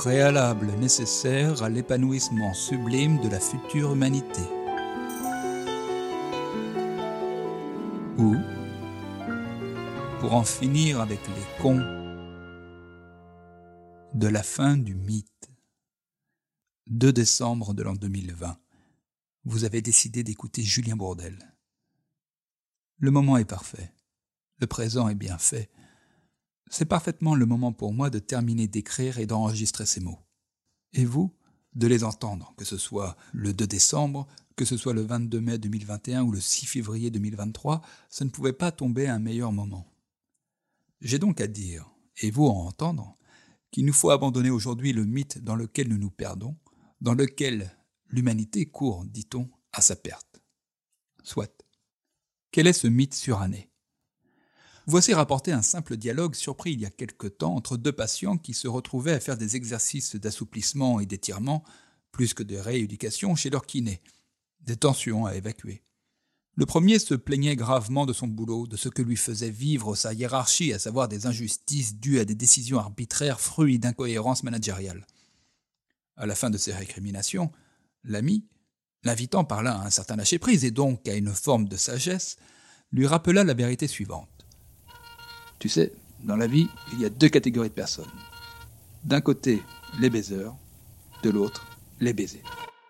préalable nécessaire à l'épanouissement sublime de la future humanité. Ou, pour en finir avec les cons, de la fin du mythe. 2 décembre de l'an 2020. Vous avez décidé d'écouter Julien Bourdelle. Le moment est parfait. Le présent est bien fait. C'est parfaitement le moment pour moi de terminer d'écrire et d'enregistrer ces mots. Et vous, de les entendre, que ce soit le 2 décembre, que ce soit le 22 mai 2021 ou le 6 février 2023, ça ne pouvait pas tomber à un meilleur moment. J'ai donc à dire, et vous à entendre, qu'il nous faut abandonner aujourd'hui le mythe dans lequel nous nous perdons, dans lequel l'humanité court, dit-on, à sa perte. Soit. Quel est ce mythe suranné ? Voici rapporté un simple dialogue surpris il y a quelque temps entre 2 patients qui se retrouvaient à faire des exercices d'assouplissement et d'étirement, plus que de rééducation chez leur kiné, des tensions à évacuer. Le premier se plaignait gravement de son boulot, de ce que lui faisait vivre sa hiérarchie, à savoir des injustices dues à des décisions arbitraires fruits d'incohérences managériales. À la fin de ses récriminations, l'ami, l'invitant par là à un certain lâcher-prise et donc à une forme de sagesse, lui rappela la vérité suivante. Tu sais, dans la vie, il y a 2 catégories de personnes. D'un côté, les baiseurs, de l'autre, les baisés.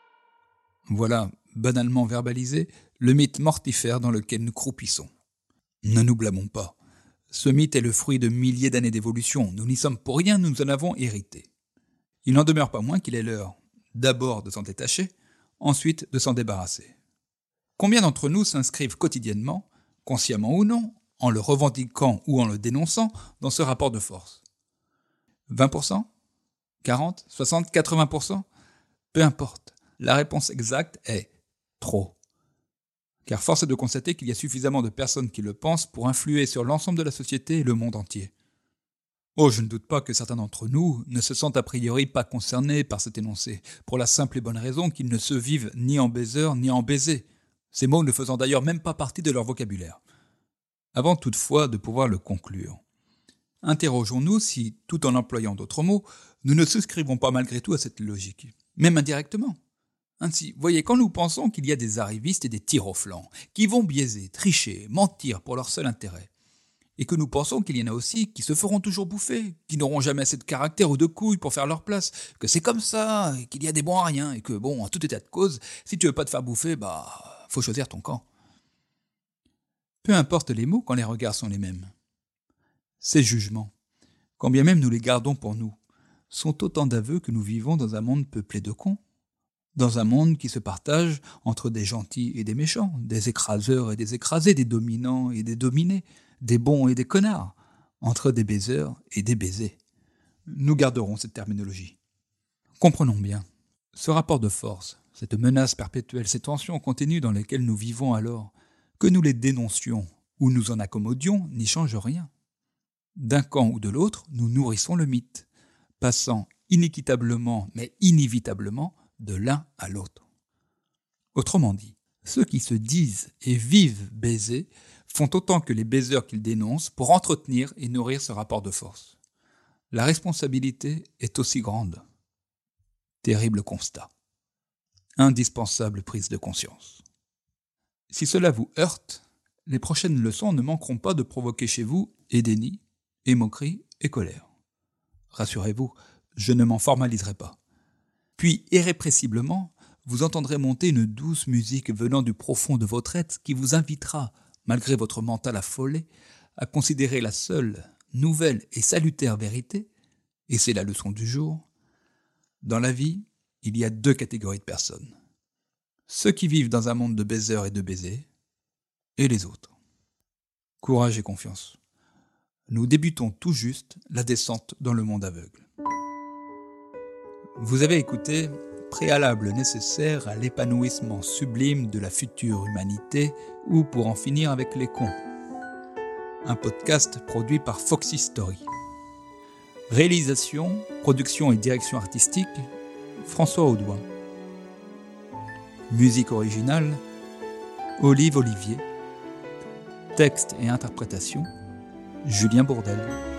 Voilà, banalement verbalisé, le mythe mortifère dans lequel nous croupissons. Ne nous blâmons pas. Ce mythe est le fruit de milliers d'années d'évolution. Nous n'y sommes pour rien, nous en avons hérité. Il n'en demeure pas moins qu'il est l'heure, d'abord de s'en détacher, ensuite de s'en débarrasser. Combien d'entre nous s'inscrivent quotidiennement, consciemment ou non, en le revendiquant ou en le dénonçant, dans ce rapport de force ? 20%? 40? 60? 80%? Peu importe. La réponse exacte est trop. Car force est de constater qu'il y a suffisamment de personnes qui le pensent pour influer sur l'ensemble de la société et le monde entier. Oh, je ne doute pas que certains d'entre nous ne se sentent a priori pas concernés par cet énoncé, pour la simple et bonne raison qu'ils ne se vivent ni en baiseur ni en baisé, ces mots ne faisant d'ailleurs même pas partie de leur vocabulaire. Avant toutefois de pouvoir le conclure, interrogeons-nous si, tout en employant d'autres mots, nous ne souscrivons pas malgré tout à cette logique, même indirectement. Ainsi, voyez, quand nous pensons qu'il y a des arrivistes et des tirs au flanc, qui vont biaiser, tricher, mentir pour leur seul intérêt, et que nous pensons qu'il y en a aussi qui se feront toujours bouffer, qui n'auront jamais assez de caractère ou de couilles pour faire leur place, que c'est comme ça, et qu'il y a des bons à rien, et que, bon, en tout état de cause, si tu veux pas te faire bouffer, faut choisir ton camp. Peu importe les mots quand les regards sont les mêmes. Ces jugements, quand bien même nous les gardons pour nous, sont autant d'aveux que nous vivons dans un monde peuplé de cons, dans un monde qui se partage entre des gentils et des méchants, des écraseurs et des écrasés, des dominants et des dominés, des bons et des connards, entre des baiseurs et des baisés. Nous garderons cette terminologie. Comprenons bien, ce rapport de force, cette menace perpétuelle, ces tensions continues dans lesquelles nous vivons alors, que nous les dénoncions ou nous en accommodions, n'y change rien. D'un camp ou de l'autre, nous nourrissons le mythe, passant inéquitablement mais inévitablement de l'un à l'autre. Autrement dit, ceux qui se disent et vivent baisés font autant que les baiseurs qu'ils dénoncent pour entretenir et nourrir ce rapport de force. La responsabilité est aussi grande. Terrible constat. Indispensable prise de conscience. Si cela vous heurte, les prochaines leçons ne manqueront pas de provoquer chez vous et déni, et moquerie, et colère. Rassurez-vous, je ne m'en formaliserai pas. Puis, irrépressiblement, vous entendrez monter une douce musique venant du profond de votre être qui vous invitera, malgré votre mental affolé, à considérer la seule, nouvelle et salutaire vérité, et c'est la leçon du jour. Dans la vie, il y a 2 catégories de personnes. Ceux qui vivent dans un monde de baiseurs et de baisers, et les autres. Courage et confiance. Nous débutons tout juste la descente dans le monde aveugle. Vous avez écouté Préalable nécessaire à l'épanouissement sublime de la future humanité ou pour en finir avec les cons. Un podcast produit par Foxy Story. Réalisation, production et direction artistique, François Audouin. Musique originale, Olive Olivier. Texte et interprétation, Julien Bourdelle.